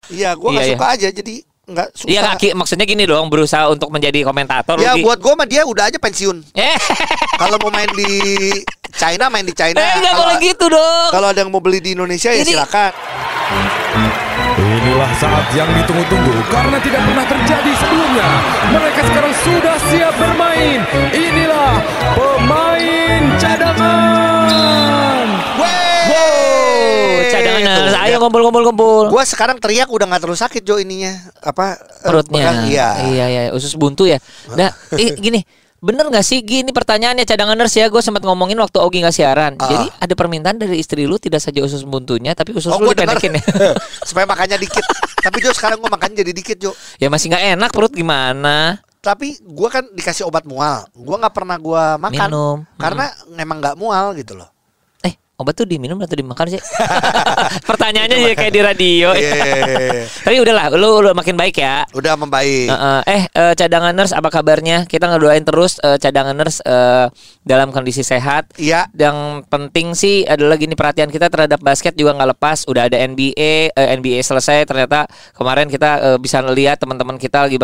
Iya, gue nggak suka aja, jadi nggak suka. Iya, maksudnya gini dong, berusaha untuk menjadi komentator. Ya buat gue mah dia udah aja pensiun. Kalau mau main di China, main di China. Nggak boleh gitu dong. Kalau ada yang mau beli di Indonesia ya silakan. Inilah saat yang ditunggu-tunggu karena tidak pernah terjadi sebelumnya. Mereka sekarang sudah siap bermain. Inilah pemain cadangan. Cadangan, ayo ngumpul. Gua sekarang teriak udah nggak terlalu sakit Jo ininya perutnya. Iya, usus buntu ya. Nah, gini. Bener gak sih gini pertanyaannya cadanganers ya. Gue sempat ngomongin waktu Ogi gak siaran. Jadi ada permintaan dari istri lu tidak saja usus buntunya, tapi usus lu dipendekin ya. Supaya makannya dikit. Tapi Jo sekarang gue makannya jadi dikit Jo. Ya masih gak enak perut gimana. Tapi gue kan dikasih obat mual. Gue gak pernah gue makan. Minum. Karena memang gak mual gitu loh. Obat tuh diminum atau dimakan sih? Pertanyaannya ya kayak di radio. Tapi udahlah, lu makin baik ya. Udah membaik. Cadanganers apa kabarnya? Kita ngedoain terus cadanganers dalam kondisi sehat. Iya. Yang penting sih adalah gini, perhatian kita terhadap basket juga nggak lepas. Udah ada NBA selesai. Ternyata kemarin kita bisa lihat teman-teman kita lagi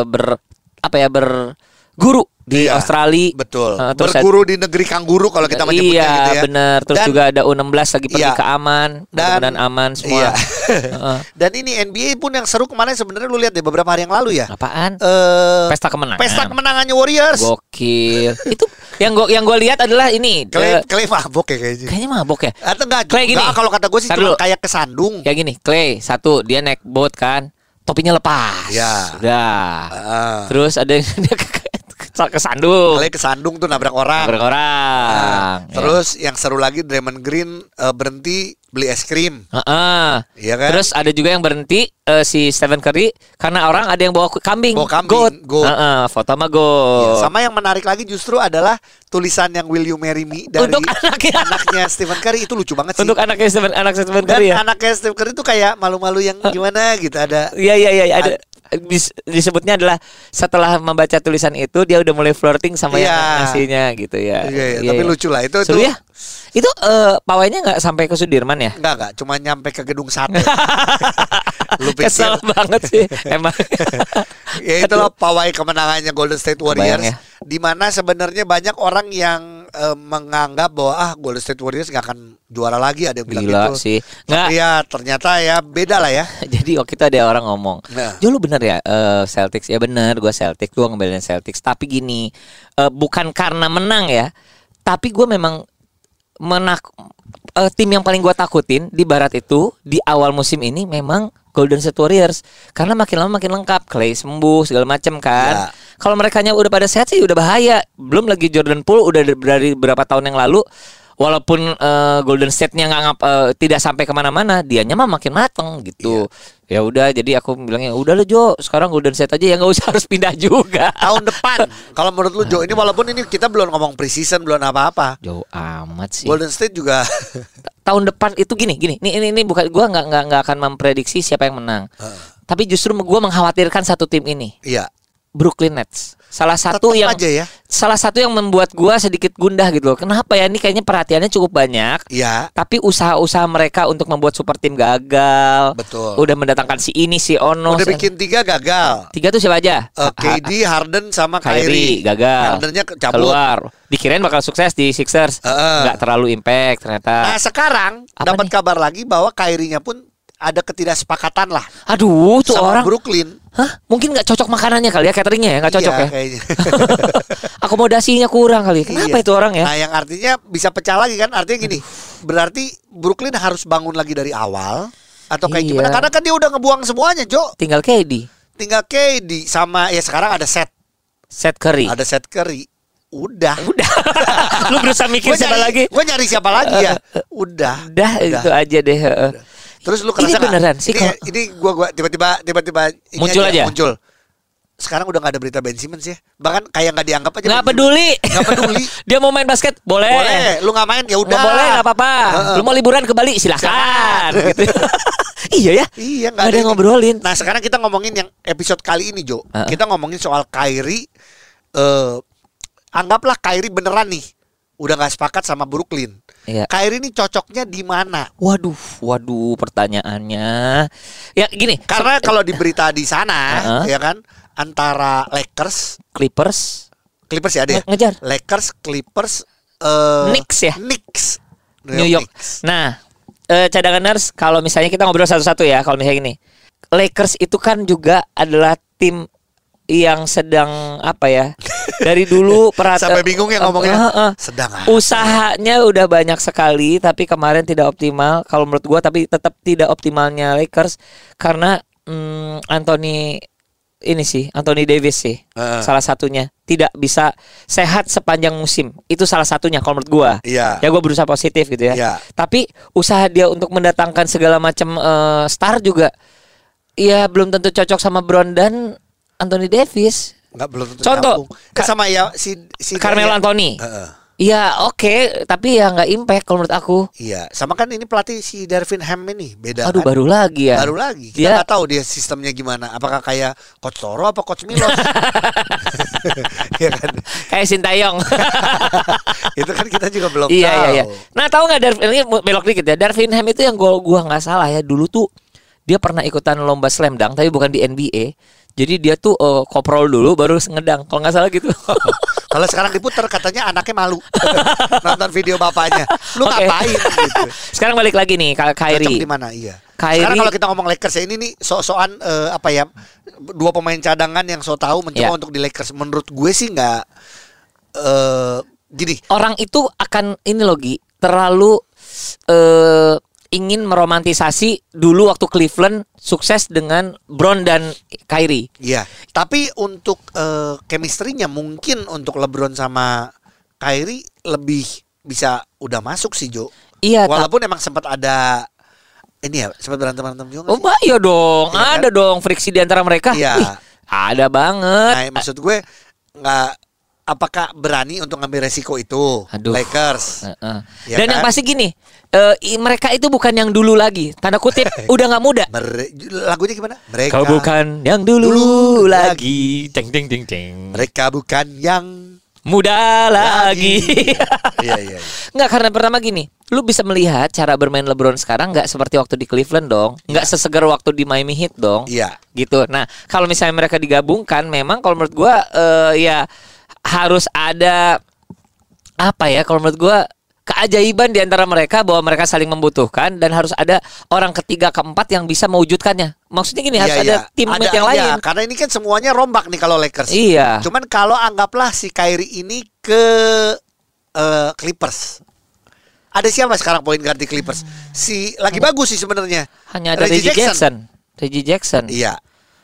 berguru di Australia. Betul. Berguru di negeri kanguru kalau kita menyebutnya gitu ya. Iya benar. Terus juga ada U16 lagi pergi ke aman. Mudah-mudahan aman semua. Dan ini NBA pun yang seru kemarin sebenarnya lu lihat deh beberapa hari yang lalu ya. Apaan? Pesta kemenangan. Pesta kemenangannya Warriors. Gokil. Itu yang gue lihat adalah ini. Clay mabok ya kayaknya. Kayaknya mabok ya. Atau enggak? Clay gini. Kalau kata gue sih cuma kayak kesandung. Kayak gini. Clay satu dia naik boat kan. Topinya lepas. Ya. Udah. Terus ada yang dia kesandung. Clay kesandung tuh nabrak orang. Terus yang seru lagi Draymond Green berhenti beli es krim. Iya kan? Terus ada juga yang berhenti si Stephen Curry karena orang ada yang bawa kambing. Goat. Foto sama goat. Sama yang menarik lagi justru adalah tulisan yang Will You Marry Me dari untuk anaknya Stephen Curry. Itu lucu banget sih. Untuk anak Stephen Curry ya. Anaknya Stephen Curry itu kayak malu-malu yang gimana gitu ada. Iya ada. Disebutnya adalah setelah membaca tulisan itu dia udah mulai flirting sama yang ngasihnya gitu ya. Tapi lucu lah itu. Seru ya? Itu pawainya nggak sampai ke Sudirman ya? Enggak, cuma nyampe ke gedung sate. Lu pikir? Kesel banget sih emang. Ya itulah pawai kemenangannya Golden State Warriors, di mana sebenarnya banyak orang yang menganggap bahwa Golden State Warriors nggak akan juara lagi, ada yang bilang gitu sih. Tapi ya ternyata ya beda lah ya. Jadi waktu itu ada orang ngomong, Jo lu bener ya Celtics. Ya bener, gue Celtics, gue ngebelain Celtics. Tapi gini, bukan karena menang ya, tapi gue memang tim yang paling gue takutin di Barat itu di awal musim ini memang Golden State Warriors, karena makin lama makin lengkap. Clay sembuh segala macam kan. Kalau merekanya udah pada sehat sih udah bahaya. Belum lagi Jordan Poole udah dari berapa tahun yang lalu. Walaupun Golden State-nya tidak sampai kemana-mana, dianya mah makin mateng gitu. Ya udah, jadi aku bilangnya udah lo Jo, sekarang Golden State aja ya, nggak usah harus pindah juga. Tahun depan, kalau menurut lu Jo, ini walaupun ini kita belum ngomong preseason, belum apa-apa. Jauh amat sih. Golden State juga. Tahun depan itu gini. Ini bukan, gue nggak akan memprediksi siapa yang menang. Tapi justru gue mengkhawatirkan satu tim ini. Iya. Brooklyn Nets. Salah satu yang membuat gua sedikit gundah gitu loh. Kenapa ya, ini kayaknya perhatiannya cukup banyak. Iya. Tapi usaha-usaha mereka untuk membuat super tim gagal. Betul. Udah mendatangkan si ini si Ono. Udah bikin 3 gagal. 3 tuh siapa aja? KD, Harden sama Kyrie. Gagal. Hardennya cabut. Keluar. Dikirain bakal sukses di Sixers. Nggak terlalu impact ternyata. Nah sekarang dapat kabar lagi bahwa Kyrie-nya pun ada ketidaksepakatan lah. Aduh, tuh sama orang Brooklyn. Mungkin nggak cocok makanannya kali ya, cateringnya ya nggak cocok ya. Kayaknya. Akomodasinya kurang kali. Kenapa itu orang ya? Nah, yang artinya bisa pecah lagi kan? Artinya gini, berarti Brooklyn harus bangun lagi dari awal atau kayak gimana? Karena kan dia udah ngebuang semuanya, Jo. Tinggal KD sama ya sekarang ada Seth Curry. Ada Seth Curry. Udah. Lu berusaha mikir siapa lagi? Gue nyari siapa lagi ya? Udah. Itu aja deh. Terus lu kerasa ini beneran sih ini gua tiba-tiba muncul. Sekarang udah gak ada berita Ben Simmons ya. Bahkan kayak gak dianggap aja. Gak peduli. Dia mau main basket boleh. Lu gak main ya udah. Boleh gak apa-apa. Lu mau liburan ke Bali silahkan gitu. Iya ya. Iya gak ada yang ngobrolin. Nah sekarang kita ngomongin yang episode kali ini Jo. Kita ngomongin soal Kyrie. Anggaplah Kyrie beneran nih udah nggak sepakat sama Brooklyn. Iya. Kyrie ini cocoknya di mana? Waduh, pertanyaannya. Ya gini, Karena kalau di berita di sana, ya kan, antara Lakers Clippers ya ada ya? ngejar Lakers, Clippers, Knicks ya? Knicks, New York. Nah, cadanganers, kalau misalnya kita ngobrol satu-satu ya, kalau misalnya gini, Lakers itu kan juga adalah tim yang sedang apa ya? Dari dulu sampai bingung ya ngomongnya. Sedang usahanya udah banyak sekali, tapi kemarin tidak optimal. Kalau menurut gua, tapi tetap tidak optimalnya Lakers karena Anthony Davis sih salah satunya tidak bisa sehat sepanjang musim. Itu salah satunya kalau menurut gua. Iya. Ya gua berusaha positif gitu ya. Iya. Tapi usaha dia untuk mendatangkan segala macam star juga ya belum tentu cocok sama Brown dan Anthony Davis. Nggak, belum tentu Contoh sama ya si Carmelo Anthony. Iya oke, tapi ya nggak impact kalau menurut aku. Iya, sama kan ini pelatih si Darvin Ham ini beda. Aduh, kan? baru lagi ya. Baru lagi. Kita nggak tahu dia sistemnya gimana. Apakah kayak Coach Toro apa Coach Milos? Iya kan? Kayak Sintayong. Itu kan kita juga belum tahu. Iya. Nah, tahu nggak Darvin, ini belok dikit ya. Darvin Ham itu yang gua nggak salah ya, dulu tuh dia pernah ikutan lomba slam dunk tapi bukan di NBA. Jadi dia tuh koprol dulu baru ngedang. Kalau nggak salah gitu. Kalau sekarang diputar katanya anaknya malu nonton video bapaknya. Lu ngapain gitu. Sekarang balik lagi nih Kyrie. Di mana? Iya. Kyrie. Sekarang kalau kita ngomong Lakers ya, ini nih sok-sokan apa ya? Dua pemain cadangan yang so tahu mencoba untuk di Lakers. Menurut gue sih nggak gini. Orang itu akan ini logi terlalu ingin meromantisasi dulu waktu Cleveland sukses dengan Brown dan Kyrie. Iya. Tapi untuk chemistry-nya mungkin untuk LeBron sama Kyrie lebih bisa udah masuk sih, Jo. Iya. Walaupun emang sempat ada ini ya, sempat berantem juga. Oh, iya dong. Ya, ada kan? Dong friksi di antara mereka. Iya. Wih, ada banget. Nah, maksud gue nggak, apakah berani untuk ngambil resiko itu? Aduh. Lakers. Ya dan kan? Yang pasti gini, mereka itu bukan yang dulu lagi. Tanda kutip udah nggak muda. Lagunya gimana? Mereka kau bukan yang dulu lagi. Ceng ceng ceng ceng. Mereka bukan yang muda lagi. Iya. Nggak, karena pertama gini, lu bisa melihat cara bermain LeBron sekarang nggak seperti waktu di Cleveland dong, nggak sesegar waktu di Miami Heat dong. Iya. Gitu. Nah, kalau misalnya mereka digabungkan, memang kalau menurut gua ya harus ada apa ya? Kalau menurut gua keajaiban di antara mereka bahwa mereka saling membutuhkan dan harus ada orang ketiga keempat yang bisa mewujudkannya. Maksudnya gini, harus ada teammate yang lain. Karena ini kan semuanya rombak nih kalau Lakers. Iya. Cuman kalau anggaplah si Kyrie ini ke Clippers. Ada siapa sekarang point guard di Clippers? Si lagi bagus sih sebenarnya. Hanya ada Reggie Jackson. Iya.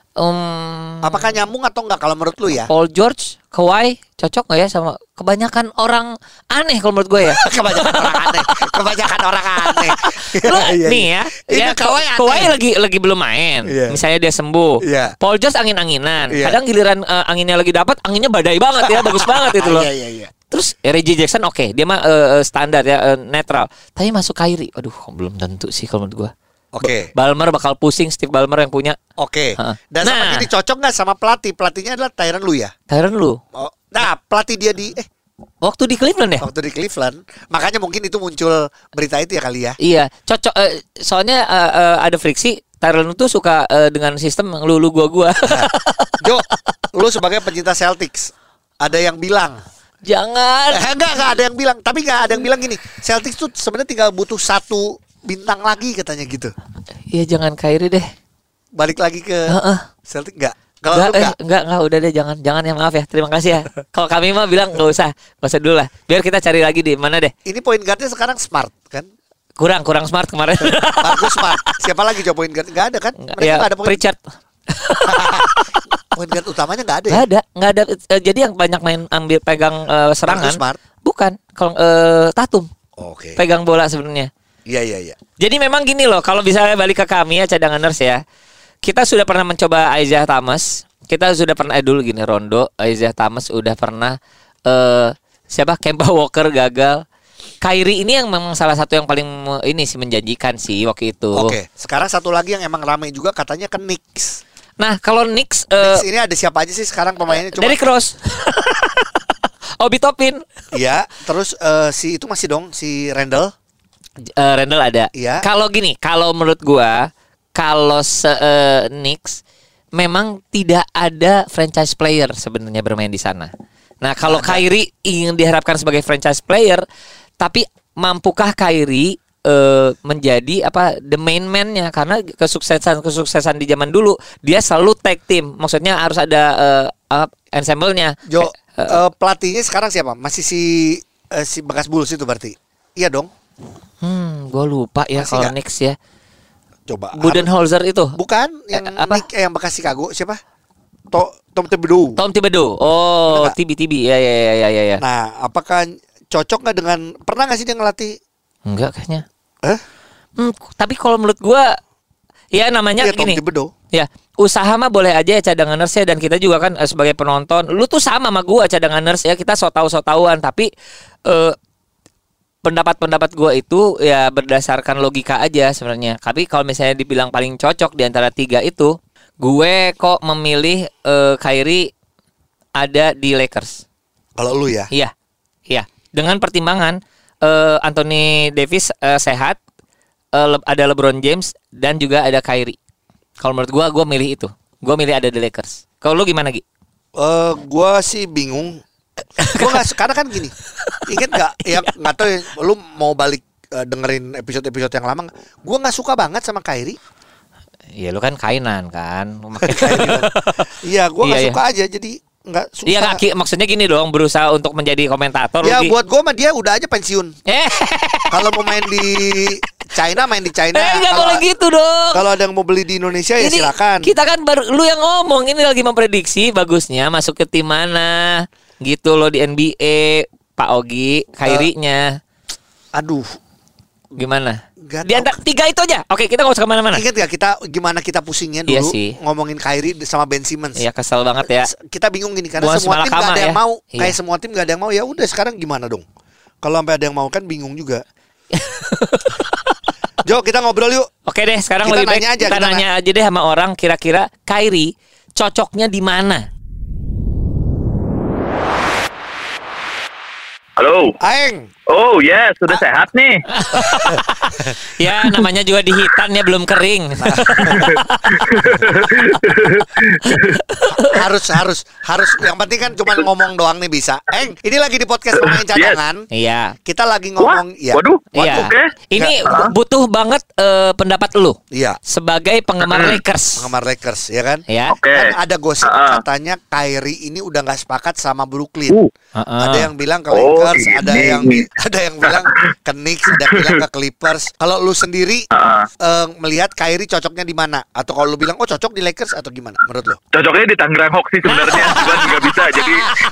Apakah nyambung atau enggak kalau menurut lu ya? Paul George, Kawhi cocok nggak ya sama kebanyakan orang aneh kalau menurut gue ya? kebanyakan orang aneh. Nih ya, ya Kawhi lagi belum main. Misalnya dia sembuh. Paul George angin-anginan. Kadang giliran anginnya lagi dapat, anginnya badai banget ya, bagus banget itu loh. Terus Reggie Jackson oke, dia mah standar ya, netral. Tapi masuk Kyrie, aduh belum tentu sih kalau menurut gue. Oke. Balmer bakal pusing, Steve Ballmer yang punya. Oke. Dan sama gini cocok nggak sama pelatih? Pelatihnya adalah Tyronn Lue ya? Tyronn Lue. Oh, nah, pelatih dia di waktu di Cleveland ya? Waktu di Cleveland. Makanya mungkin itu muncul berita itu ya kali ya. Iya, cocok soalnya ada friksi. Tyronn Lue tuh suka dengan sistem lu gua. Nah, Jo, lu sebagai pencinta Celtics, ada yang bilang jangan. Enggak ada yang bilang, tapi enggak ada yang bilang gini. Celtics tuh sebenarnya tinggal butuh satu bintang lagi katanya gitu. Iya, jangan Kyrie deh. Balik lagi ke Celtic enggak? Kalau enggak, udah deh, jangan ya, maaf ya. Terima kasih ya. Kalau kami mah bilang enggak usah dulu lah. Biar kita cari lagi di mana deh. Ini point guardnya sekarang Smart kan? Kurang Smart kemarin. Bagus Smart. Siapa lagi coba point guard? Enggak ada kan? Mereka enggak ada point Pritchard. Point guard utamanya enggak ada ya? Enggak ada. Jadi yang banyak main ambil pegang serangan. Smart. Bukan. Kalau Tatum. Oke. Pegang bola sebenarnya. Iya. Jadi memang gini loh, kalau misalnya balik ke kami ya cadanganers ya. Kita sudah pernah mencoba Isaiah Thomas. Kita sudah pernah dulu gini Rondo, Isaiah Thomas udah pernah siapa? Kemba Walker gagal. Kyrie ini yang memang salah satu yang paling ini sih menjanjikan sih waktu itu. Oke. Sekarang satu lagi yang emang ramai juga katanya ke Knicks. Nah, kalau Knicks ini ada siapa aja sih sekarang pemainnya? Derrick Rose. Obi Toppin. Iya, terus si itu masih dong si Randall. Randall ada. Iya. Kalau gini, kalau menurut gua, kalau Knicks memang tidak ada franchise player sebenarnya bermain di sana. Nah, kalau Kyrie ingin diharapkan sebagai franchise player, tapi mampukah Kyrie menjadi the main man-nya? Karena kesuksesan di zaman dulu dia selalu tag team. Maksudnya harus ada ensemble-nya. Jo, pelatihnya sekarang siapa? Masih si bekas Bulls itu berarti? Iya dong. Gue lupa ya kalau Knicks ya. Coba. Budenholzer itu. Bukan yang yang bekas Chicago siapa? Tom Thibodeau. Tom Thibodeau. Oh, TB. Ya. Nah, apakah cocok nggak dengan pernah nggak sih dia ngelatih? Enggak kayaknya. Tapi kalau menurut gua ya namanya gini. Ya, usaha mah boleh aja ya cadanganers ya, dan kita juga kan sebagai penonton, lu tuh sama sama gua cadanganers ya, kita sok tahu-tahuan, tapi pendapat gua itu ya berdasarkan logika aja sebenarnya. Tapi kalau misalnya dibilang paling cocok di antara tiga itu, gue kok memilih Kyrie ada di Lakers. Kalau lu ya? Iya. Dengan pertimbangan Anthony Davis sehat, ada LeBron James dan juga ada Kyrie. Kalau menurut gue milih itu. Gue milih ada di Lakers. Kalau lu gimana, Gi? Gue sih bingung. Gue nggak, karena kan gini. Ingat nggak? Ya nggak tahu ya. Lu mau balik dengerin episode yang lama? Gue nggak suka banget sama Kyrie. Iya, lu kan kainan kan. Iya, gue nggak suka aja. Jadi nggak susah. Iya, maksudnya gini dong, berusaha untuk menjadi komentator. Ya buat gue mah dia udah aja pensiun. Kalau mau main di China, main di China. Nggak boleh gitu dong. Kalau ada yang mau beli di Indonesia ya silakan. Kita kan baru, lu yang ngomong, ini lagi memprediksi bagusnya masuk ke tim mana gitu loh di NBA, Pak Ogi, Kyrie-nya. Aduh, gimana? Di antara tiga itu aja. Oke, kita nggak usah kemana-mana. Ingat gak gimana kita pusingnya dulu ngomongin Kyrie sama Ben Simmons? Iya, kesel banget ya. Kita bingung gini karena semua tim gak ada yang mau. Kayak semua tim gak ada yang mau. Ya udah, sekarang gimana dong? Kalau sampai ada yang mau kan bingung juga. Jo, kita ngobrol yuk. Oke deh, sekarang lebih baik kita nanya aja deh sama orang, kira-kira Kyrie cocoknya di mana? Halo. Aeng. Oh yes, sudah sehat nih. Ya, namanya juga dihitan ya, belum kering. harus yang penting kan cuma ngomong doang nih bisa. Ini lagi di podcast pemain cadangan. Iya. Kita lagi ngomong. Waduh. Iya. Okay. Ini butuh banget pendapat lu. Iya. Sebagai penggemar Lakers. Penggemar Lakers, ya kan? Iya. Kan ada gosip katanya Kyrie ini udah nggak sepakat sama Brooklyn. Ada yang bilang ke Lakers, ada yang bilang ke Knicks, ada yang bilang ke Clippers. Kalau lu sendiri melihat Kyrie cocoknya di mana? Atau kalau lu bilang cocok di Lakers atau gimana menurut lu? Cocoknya di Tangerang Hawks sih sebenarnya, cuman nggak bisa jadi.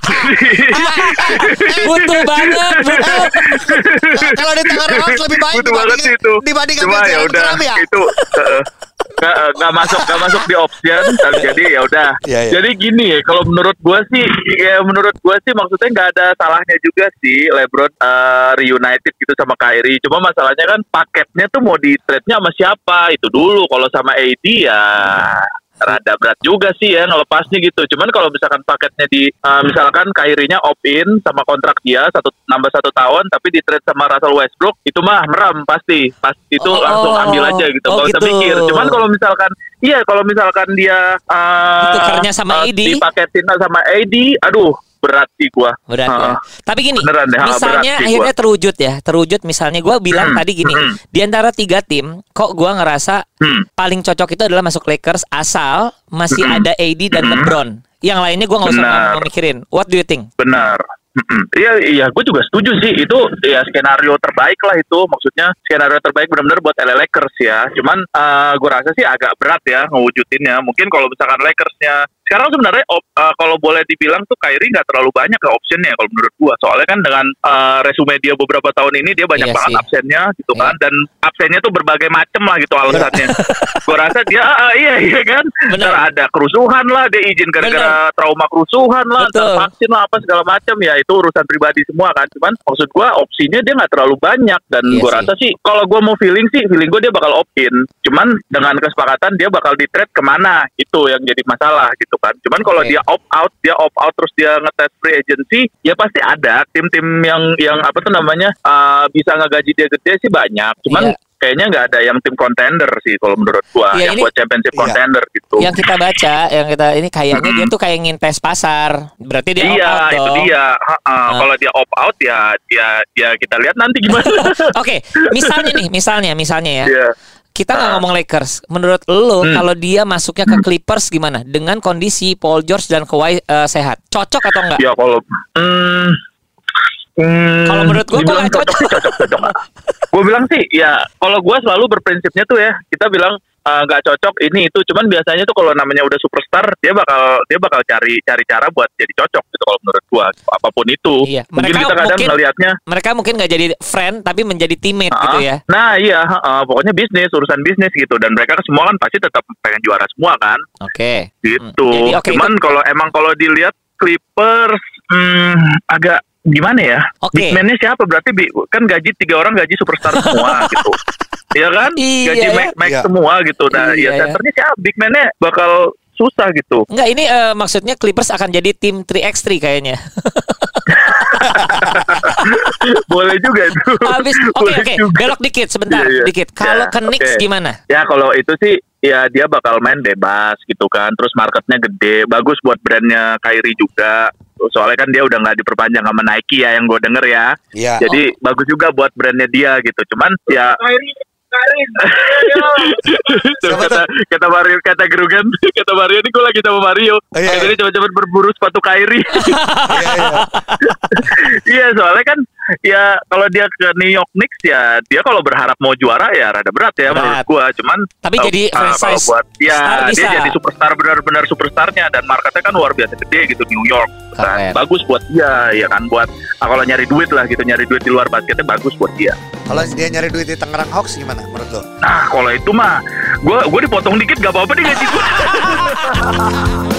Butuh banget. Kalau di Tangerang Hawks lebih baik dibanding cuma ya udah itu nggak masuk di option. Jadi ya udah. Jadi gini ya, kalau menurut gua sih maksudnya nggak ada salahnya juga sih LeBron reunited gitu sama Kyrie. Cuma masalahnya kan paketnya tuh mau di trade-nya sama siapa itu dulu. Kalau sama AD ya rada berat juga sih ya ngelepasnya gitu. Cuman kalau misalkan paketnya misalkan Kyrie-nya opt-in sama kontrak dia nambah 1 tahun, tapi di trade sama Russell Westbrook, itu mah merem pasti itu langsung ambil aja gitu, nggak usah mikir. Cuman kalau misalkan dia tukernya sama AD, dipaketin sama AD, aduh berat sih gua. Berat ya. Tapi gini, deh, misalnya akhirnya terwujud misalnya gua bilang tadi gini, di antara 3 tim kok gua ngerasa paling cocok itu adalah masuk Lakers asal masih ada AD dan LeBron. Yang lainnya gua nggak usah mikirin. What do you think? Benar. Iya, gue juga setuju sih. Itu ya skenario terbaik lah itu. Maksudnya skenario terbaik benar-benar buat LA Lakers ya. Cuman gue rasa sih agak berat ya ngewujudinnya. Mungkin kalau misalkan Lakersnya sekarang sebenarnya kalau boleh dibilang tuh Kyrie nggak terlalu banyak ke optionnya kalau menurut gue. Soalnya kan dengan resume dia beberapa tahun ini dia banyak banget absennya gitu kan. Dan absennya tuh berbagai macam lah gitu alasannya. Gue rasa dia iya kan. Ntar ada kerusuhan lah, dia izin gara-gara trauma kerusuhan lah, ntar vaksin lah apa segala macam ya. Itu urusan pribadi semua kan. Cuman maksud gue opsinya dia nggak terlalu banyak. Dan gue rasa sih kalau gue mau feeling gue dia bakal opt-in. Cuman dengan kesepakatan dia bakal di trade kemana, itu yang jadi masalah gitu. kan. Cuman kalau dia opt out terus dia ngetes free agency, ya pasti ada tim-tim yang apa tuh namanya bisa ngegaji dia gede sih banyak. Cuman kayaknya nggak ada yang tim contender sih kalau menurut gua yang buat championship contender gitu. Yang kita baca, yang kita ini kayaknya dia tuh kayak ngintes pasar. Berarti dia opt out itu dong. dia. Kalau dia opt out ya kita lihat nanti gimana. Oke, misalnya ya. Yeah. Kita nggak ngomong Lakers. Menurut lo kalau dia masuknya ke Clippers gimana? Dengan kondisi Paul George dan Kawhi sehat, cocok atau enggak? Ya kalau kalau menurut gue nggak cocok. Gue bilang sih ya kalau gue selalu berprinsipnya tuh ya kita bilang nggak cocok ini itu, cuman biasanya tuh kalau namanya udah superstar dia bakal cari cara buat jadi cocok gitu kalau menurut gue apapun itu. Iya. Mungkin kita kadang ngelihatnya mereka mungkin nggak jadi friend tapi menjadi teammate gitu ya. Nah iya pokoknya urusan bisnis gitu, dan mereka semua kan pasti tetap pengen juara semua kan. Oke. Gitu. Cuman kalau dilihat Clippers agak gimana ya? Big man-nya siapa? Berarti kan gaji 3 orang gaji superstar semua gitu. Iya kan? Gaji max semua gitu. Nah, centernya siapa? Big man-nya bakal susah gitu. Enggak, ini maksudnya Clippers akan jadi tim 3x3 kayaknya. Boleh juga itu. Oke. Belok dikit sebentar, dikit. Kalau ke Knicks gimana? Ya kalau itu sih ya dia bakal main bebas gitu kan. Terus marketnya gede, bagus buat brandnya Kyrie juga. Soalnya kan dia udah nggak diperpanjang sama Nike ya yang gue denger ya. Jadi bagus juga buat brandnya dia gitu. Cuman ya kata Mario, kata Grugan, kata Mario ini gue lagi sama Mario. Katanya coba-coba berburu sepatu Kyrie. Iya soalnya kan ya kalau dia ke New York Knicks ya dia kalau berharap mau juara ya rada berat ya menurut gue. Cuman tapi jadi franchise buat dia jadi superstar, benar-benar superstarnya, dan marketnya kan luar biasa gede gitu New York kan. Bagus buat dia ya kan, buat kalau nyari duit lah gitu, nyari duit di luar basketnya bagus buat dia. Kalau dia nyari duit di Tangerang Hawks gimana menurut lo? Nah kalau itu mah gue dipotong dikit gak apa-apa deh gaji gue.